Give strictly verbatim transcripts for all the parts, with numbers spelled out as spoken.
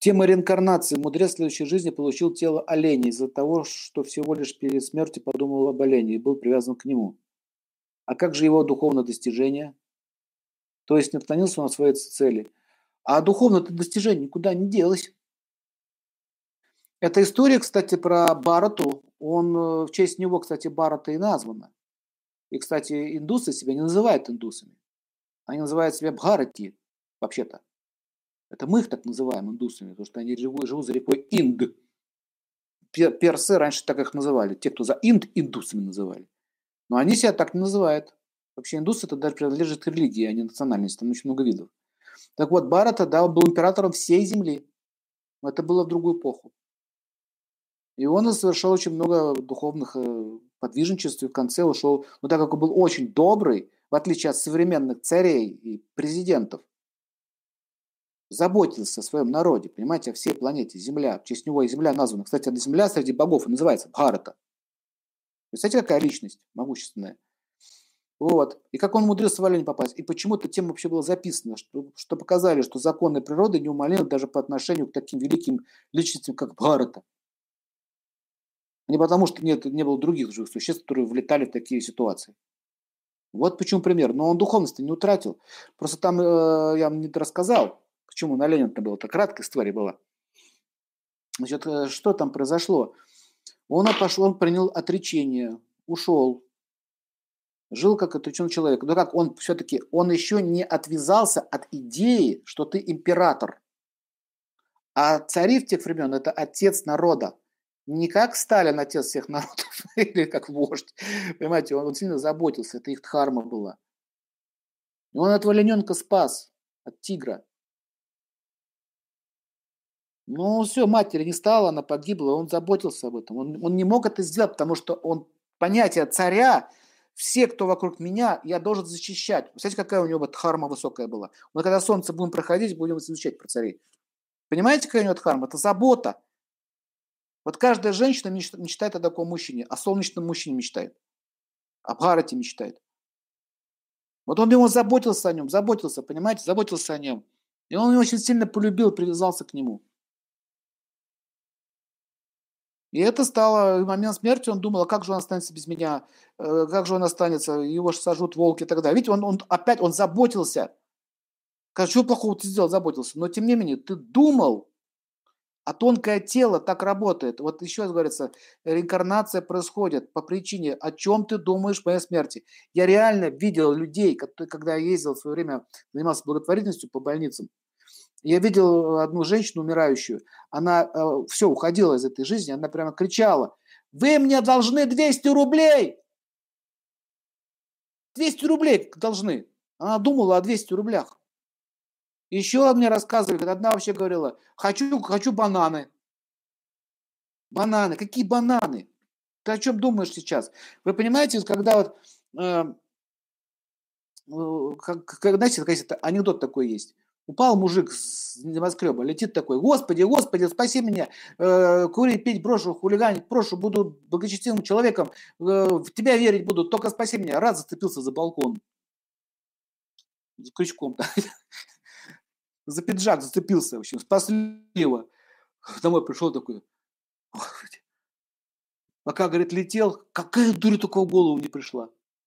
Тема реинкарнации. Мудрец в следующей жизни получил тело оленя из-за того, что всего лишь перед смертью подумал об олене и был привязан к нему. А как же его духовное достижение? То есть не отклонился он от своей цели. А духовное-то достижение никуда не делось. Эта история, кстати, про Бхарату. Он, э, в честь него, кстати, Бхарата и названа. И, кстати, индусы себя не называют индусами. Они называют себя Бхарати, вообще-то. Это мы их так называем индусами, потому что они живут, живут за рекой Инд. Пер- Персы раньше так их называли. Те, кто за Инд, индусами называли. Но они себя так не называют. Вообще индусы это даже принадлежит к религии, а не национальности. Там очень много видов. Так вот, Бхарата, да, он был императором всей земли. Но это было в другую эпоху. И он совершил очень много духовных э, подвижничеств, и в конце ушел, но так как он был очень добрый, в отличие от современных царей и президентов, заботился о своем народе, понимаете, о всей планете Земля. В честь него и Земля названа. Кстати, эта Земля среди богов и называется Бхарата. Представляете, какая личность могущественная. Вот. И как он умудрился в оленя попасть. И почему эта тема вообще была записана, что, что показали, что законы природы неумолимы даже по отношению к таким великим личностям, как Бхарата. Не потому, что нет, не было других живых существ, которые влетали в такие ситуации. Вот почему пример. Но он духовности не утратил. Просто там э, я вам не рассказал, почему на Ленина было. Это краткая история была. Значит, э, что там произошло? Он пошел, он принял отречение, ушел, жил как отреченный человек. Но как он все-таки, он еще не отвязался от идеи, что ты император. А цари в тех времен – это отец народа. Не как Сталин, отец всех народов, или как вождь. Понимаете, он, он сильно заботился, это их дхарма была. И он этого олененка спас от тигра. Ну, все, матери не стало, она погибла, он заботился об этом. Он, он не мог это сделать, потому что он понятие царя, все, кто вокруг меня, я должен защищать. Представляете, какая у него дхарма высокая была? Мы когда солнце будем проходить, будем изучать про царей. Понимаете, какая у него дхарма? Это забота. Вот каждая женщина мечтает о таком мужчине, о солнечном мужчине мечтает, о Бхарате мечтает. Вот он ему заботился о нем, заботился, понимаете, заботился о нем. И он его очень сильно полюбил, привязался к нему. И это стало в момент смерти, он думал, а как же он останется без меня, э, как же он останется, его же сожрут волки и так далее. Видите, он, он опять, он заботился. Как, что плохого ты сделал, заботился. Но тем не менее, ты думал, а тонкое тело так работает. Вот еще раз говорится, реинкарнация происходит по причине, о чем ты думаешь по смерти. Я реально видел людей, которые, когда я ездил в свое время, занимался благотворительностью по больницам, я видел одну женщину умирающую, она э, все, уходила из этой жизни, она прямо кричала, вы мне должны двести рублей! двести рублей должны. Она думала о двухстах рублях. Еще мне рассказывали, одна вообще говорила, хочу, хочу бананы. Бананы. Какие бананы? Ты о чем думаешь сейчас? Вы понимаете, когда вот, э, э, как, как, знаете, какой-то анекдот такой есть. Упал мужик с небоскреба, летит такой, Господи, Господи, спаси меня, э, курить, пить брошу, хулиганить, прошу, буду благочестивым человеком, э, в тебя верить буду, только спаси меня. Раз зацепился за балкон, с крючком, за пиджак зацепился, в общем, спасли его. Домой пришел такой, Господи. Пока, говорит, летел, какая дура только в голову не пришла.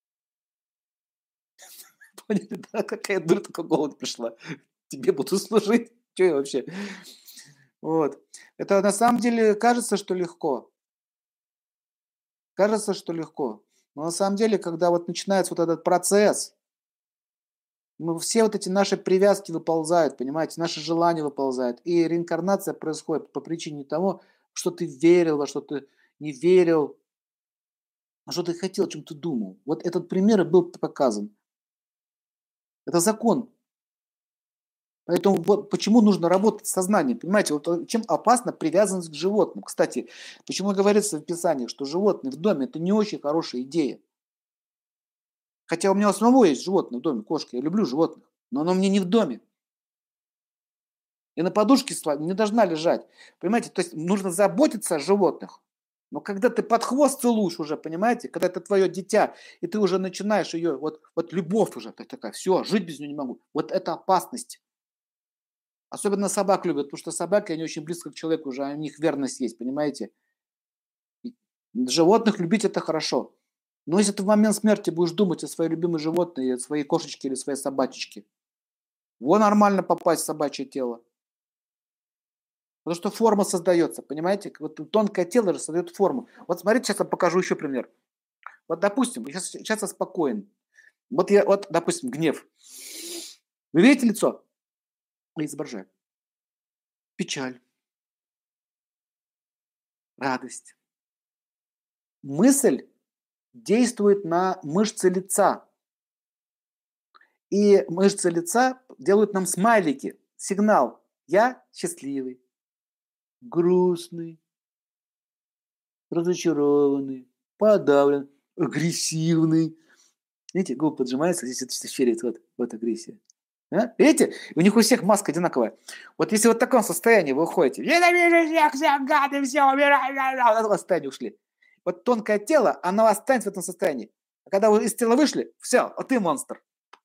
Поняли, да? Какая дура только в голову не пришла. Тебе буду служить. Что я вообще? Вот. Это на самом деле кажется, что легко. Кажется, что легко. Но на самом деле, когда вот начинается вот этот процесс, мы все вот эти наши привязки выползают, понимаете, наши желания выползают. И реинкарнация происходит по причине того, что ты верил, во что ты не верил, а что ты хотел, о чем ты думал. Вот этот пример и был показан. Это закон. Поэтому вот почему нужно работать с сознанием. Понимаете, вот чем опасна привязанность к животным. Кстати, почему говорится в Писании, что животные в доме – это не очень хорошая идея. Хотя у меня у самого есть животное в доме, кошка, я люблю животных, но оно мне не в доме. И на подушке не должна лежать. Понимаете, то есть нужно заботиться о животных. Но когда ты под хвост целуешь уже, понимаете, когда это твое дитя, и ты уже начинаешь ее, вот, вот любовь уже, ты такая, все, жить без нее не могу. Вот это опасность. Особенно собак любят, потому что собаки, они очень близко к человеку уже, у них верность есть, понимаете? И животных любить это хорошо. Но если ты в момент смерти будешь думать о своей любимой животной, о своей кошечке или своей собачечке, во нормально попасть в собачье тело. Потому что форма создается, понимаете? Вот тонкое тело же создает форму. Вот смотрите, сейчас я покажу еще пример. Вот, допустим, сейчас, сейчас я спокоен. Вот я, вот, допустим, гнев. Вы видите лицо? Я изображаю. Печаль. Радость. Мысль действует на мышцы лица. И мышцы лица делают нам смайлики. Сигнал. Я счастливый, грустный, разочарованный, подавлен, агрессивный. Видите, губы поджимаются, здесь это щерит, вот, вот агрессия. А? Видите? У них у всех маска одинаковая. Вот если вот в таком состоянии вы уходите, ненавижу всех, всех, гады, все, умирай, в это состояние ушли. Вот тонкое тело, оно останется в этом состоянии. А когда вы из тела вышли, все, а ты монстр.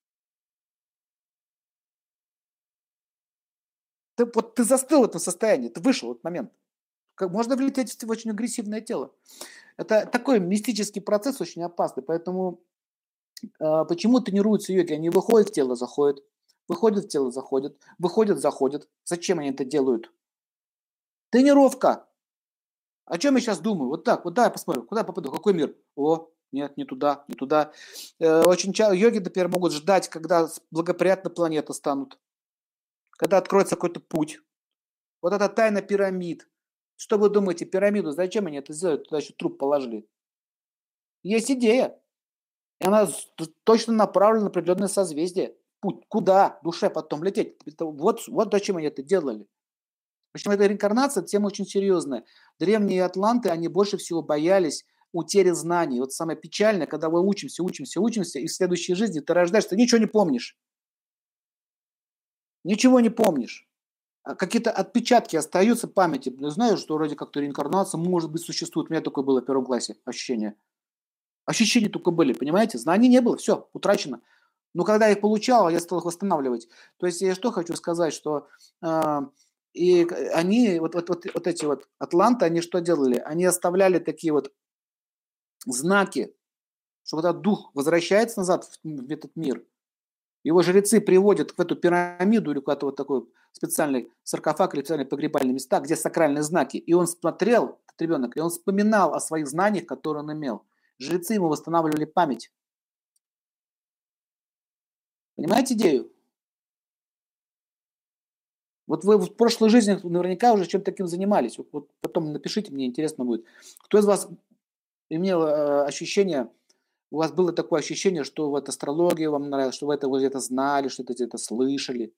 Ты, вот ты застыл в этом состоянии, ты вышел в этот момент. Как, можно влететь в очень агрессивное тело. Это такой мистический процесс, очень опасный, поэтому э, почему тренируются йоги? Они выходят в тело, заходят, выходят в тело, заходят, выходят, заходят. Зачем они это делают? Тренировка. О чем я сейчас думаю? Вот так, вот да, я посмотрю, куда я попаду, какой мир? О, нет, не туда, не туда. Э, очень часто йоги, например, могут ждать, когда благоприятно планеты станут, когда откроется какой-то путь. Вот это тайна пирамид. Что вы думаете, пирамиду, зачем они это сделают? Туда еще труп положили. Есть идея. И она точно направлена на определенное созвездие. Путь куда? Душе потом лететь. Это вот, вот зачем они это делали. Причем эта реинкарнация тема очень серьезная. Древние атланты, они больше всего боялись утери знаний. Вот самое печальное, когда мы учимся, учимся, учимся, и в следующей жизни ты рождаешься, ты ничего не помнишь. Ничего не помнишь. Какие-то отпечатки остаются в памяти. Я знаю, что вроде как-то реинкарнация, может быть, существует. У меня такое было в первом классе ощущение. Ощущения только были, понимаете? Знаний не было, все, утрачено. Но когда я их получал, я стал их восстанавливать. То есть я что хочу сказать, что э, и они, вот, вот, вот, вот эти вот атланты, они что делали? Они оставляли такие вот знаки, что когда дух возвращается назад в, в этот мир, его жрецы приводят в эту пирамиду или куда-то вот такой специальный саркофаг или специальные погребальные места, где сакральные знаки. И он смотрел, этот ребенок, и он вспоминал о своих знаниях, которые он имел. Жрецы ему восстанавливали память. Понимаете идею? Вот вы в прошлой жизни наверняка уже чем-то таким занимались. Вот, вот потом напишите, мне интересно будет. Кто из вас имел э, ощущение, у вас было такое ощущение, что вот астрология вам нравилась, что вы это где-то знали, что это где-то слышали?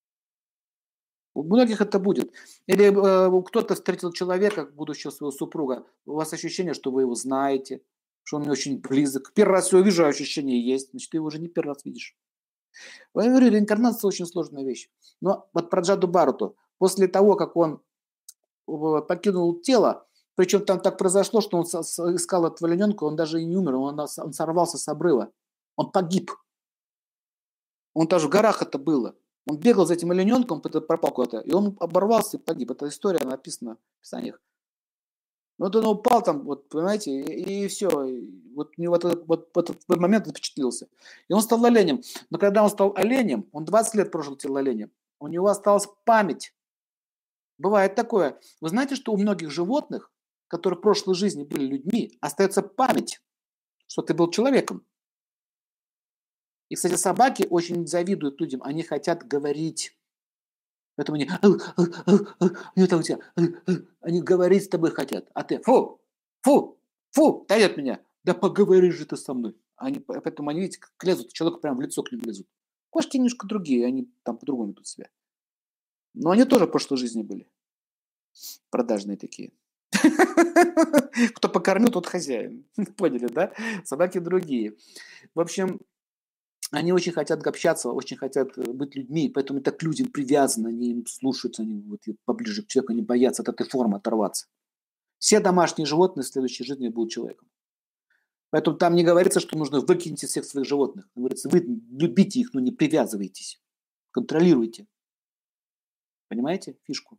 У многих это будет. Или э, кто-то встретил человека, будущего своего супруга, у вас ощущение, что вы его знаете, что он мне очень близок. Первый раз его вижу, ощущение есть, значит, ты его уже не первый раз видишь. Я говорю, реинкарнация очень сложная вещь. Но вот про Джаду Баруту. После того, как он покинул тело, причем там так произошло, что он искал этого олененка, он даже и не умер, он, он сорвался с обрыва. Он погиб. Он даже в горах это было. Он бегал за этим олененком, пропал куда-то, и он оборвался и погиб. Эта история написана в писаниях. Вот он упал там, вот, понимаете, и, и все. И вот у него этот, вот, вот этот момент впечатлился. И он стал оленем. Но когда он стал оленем, он двадцать лет прожил тело оленем, у него осталась память. Бывает такое. Вы знаете, что у многих животных, которые в прошлой жизни были людьми, остается память, что ты был человеком. И, кстати, собаки очень завидуют людям, они хотят говорить. Поэтому они, они, там, они говорить с тобой хотят, а ты фу, фу, фу, дай от меня. Да поговори же ты со мной. Они, поэтому они, видите, как лезут, человеку прямо в лицо к ним лезут. Кошки немножко другие, они там по-другому ведут себя. Но они тоже в прошлой жизни были. Продажные такие. Кто покормил, тот хозяин. Поняли, да? Собаки другие. В общем, они очень хотят общаться, очень хотят быть людьми, поэтому так к людям привязаны, они им слушаются, они вот поближе к человеку, они боятся от этой формы оторваться. Все домашние животные в следующей жизни будут человеком. Поэтому там не говорится, что нужно выкинуть всех своих животных. Говорится, вы любите их, но не привязывайтесь, контролируйте. Понимаете фишку?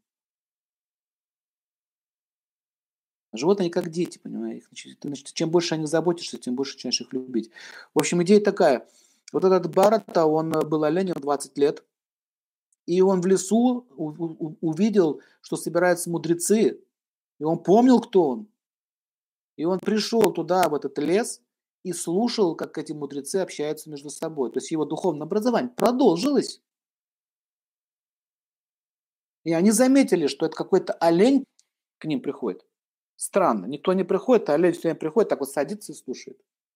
Животные они как дети, понимаете? Значит, ты, значит, чем больше о них заботишься, тем больше начинаешь их любить. В общем, идея такая. Вот этот Барата, он э, был оленем двадцать лет, и он в лесу у- у- увидел, что собираются мудрецы, и он помнил, кто он. И он пришел туда, в этот лес, и слушал, как эти мудрецы общаются между собой. То есть его духовное образование продолжилось. И они заметили, что это какой-то олень к ним приходит. Странно. Никто не приходит, а олень все время приходит, так вот садится и слушает.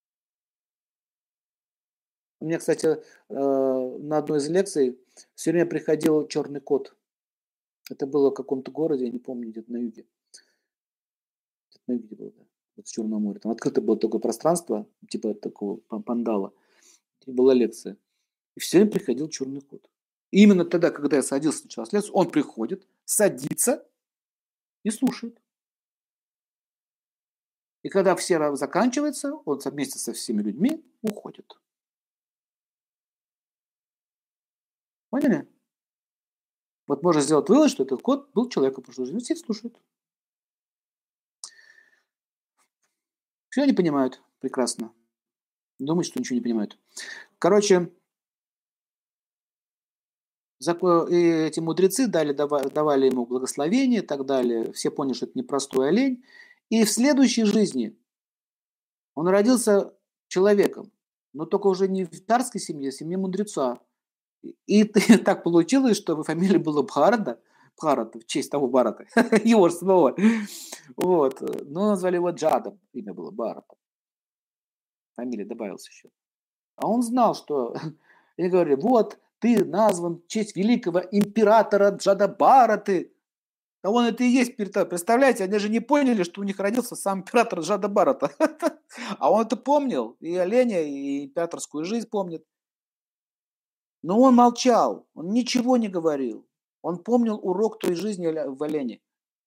У меня, кстати, э, на одной из лекций все время приходил черный кот. Это было в каком-то городе, я не помню, где-то на юге. Где-то на юге было, да. Вот с Черного моря. Там открыто было такое пространство, типа такого пан- пандала. И была лекция. И все время приходил черный кот. И именно тогда, когда я садился сначала с лекцию, он приходит, садится и слушает. И когда все ра- заканчивается, он со- вместе со всеми людьми уходит. Поняли? Вот можно сделать вывод, что этот кот был человеком в прошлой жизни, сидит, слушает. Все они понимают прекрасно. Думают, что ничего не понимают. Короче, зако- и эти мудрецы дали, дава- давали ему благословение и так далее. Все поняли, что это непростой олень. И в следующей жизни он родился человеком, но только уже не в царской семье, а в семье мудреца. И и так получилось, что его фамилия была Бхарата, Бхарата, в честь того Барата, его же самого. Вот. Но назвали его Джадом, имя было Барата. Фамилия добавилась еще. А он знал, что... И говорили, вот, ты назван в честь великого императора Джадабараты. А он это и есть император. Представляете, они же не поняли, что у них родился сам император Джадабарата. А он это помнил. И оленя, и императорскую жизнь помнит. Но он молчал, он ничего не говорил. Он помнил урок той жизни оля- в олене.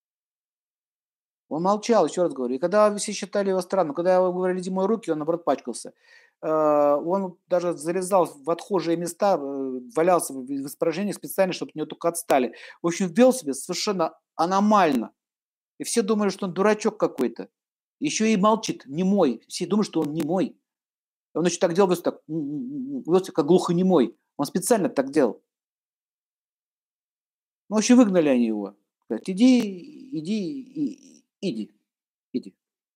Он молчал, еще раз говорю. И когда все считали его странным, когда его говорили, иди мой руки, он, наоборот, пачкался. Э, Он даже залезал в отхожие места, э, валялся в в испражнениях специально, чтобы от него только отстали. В общем, вел себя совершенно аномально. И все думали, что он дурачок какой-то. Еще и молчит, немой. Все думают, что он немой. Он еще так делал, вел себя так, м, м, м, вел себя как глухонемой. Он специально так делал. Ну, в общем, выгнали они его. Говорят, иди, иди, и- иди, иди,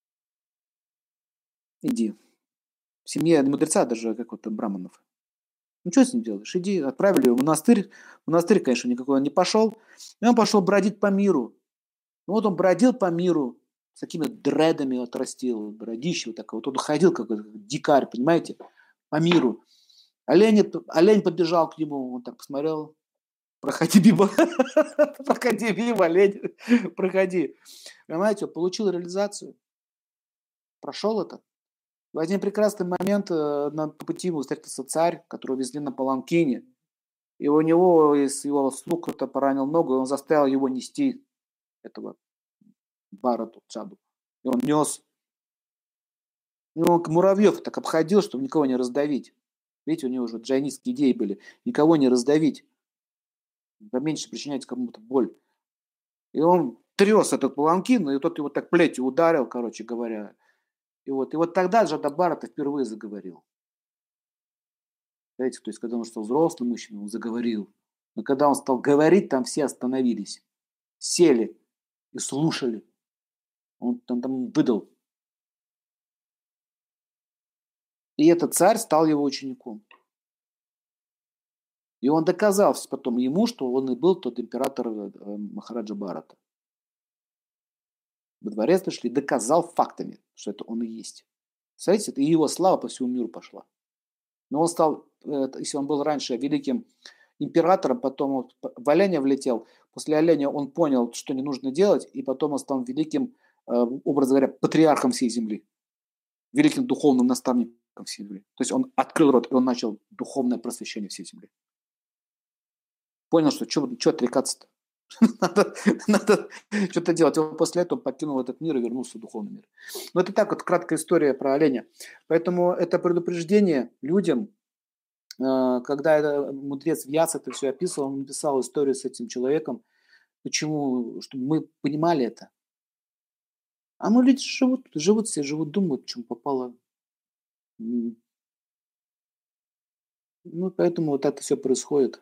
иди. В семье мудреца даже какого-то Браманов. Ну, что с ним делаешь? Иди, отправили его в монастырь. В монастырь, конечно, никакой он не пошел. И он пошел бродить по миру. Ну, вот он бродил по миру, с такими дредами отрастил, бородище вот такое. Вот он ходил как дикарь, понимаете, по миру. Олень, олень побежал к нему, он так посмотрел, проходи мимо, проходи мимо, олень, проходи. Понимаете, он получил реализацию, прошел это. В один прекрасный момент э, на по пути ему встретился царь, которого везли на паланкине. И у него из его слуг кто-то поранил ногу, и он заставил его нести этого Барату, Чаду. И он нес. И он муравьев так обходил, чтобы никого не раздавить. Видите, у него уже джайнистские идеи были. Никого не раздавить. Поменьше причинять кому-то боль. И он трес этот паланкин, и тот его так плетью ударил, короче говоря. И вот, и вот тогда Джада Барата впервые заговорил. Знаете, то есть, когда он стал взрослым мужчиной, он заговорил. Но когда он стал говорить, там все остановились, сели и слушали. Он там, там выдал. И этот царь стал его учеником. И он доказал потом ему, что он и был тот император э, Махараджа Барата. Во дворец пришли, доказал фактами, что это он и есть. Представляете, и его слава по всему миру пошла. Но он стал, э, если он был раньше великим императором, потом он в оленя влетел, после оленя он понял, что не нужно делать, и потом он стал великим, э, образно говоря, патриархом всей земли, великим духовным наставником всей земли. То есть он открыл рот, и он начал духовное просвещение всей земли. Понял, что что отрекаться-то? Надо, надо что-то делать. Он после этого покинул этот мир и вернулся в духовный мир. Но это так вот краткая история про оленя. Поэтому это предупреждение людям, когда это мудрец Вьяс это все описывал, он написал историю с этим человеком. Почему? Чтобы мы понимали это. А мы люди живут, живут все, живут, думают, чем попало. М. Ну, поэтому вот это все происходит.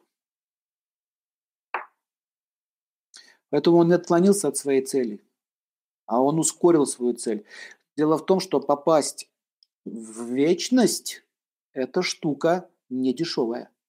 Поэтому он не отклонился от своей цели, а он ускорил свою цель. Дело в том, что попасть в вечность – это штука не дешевая.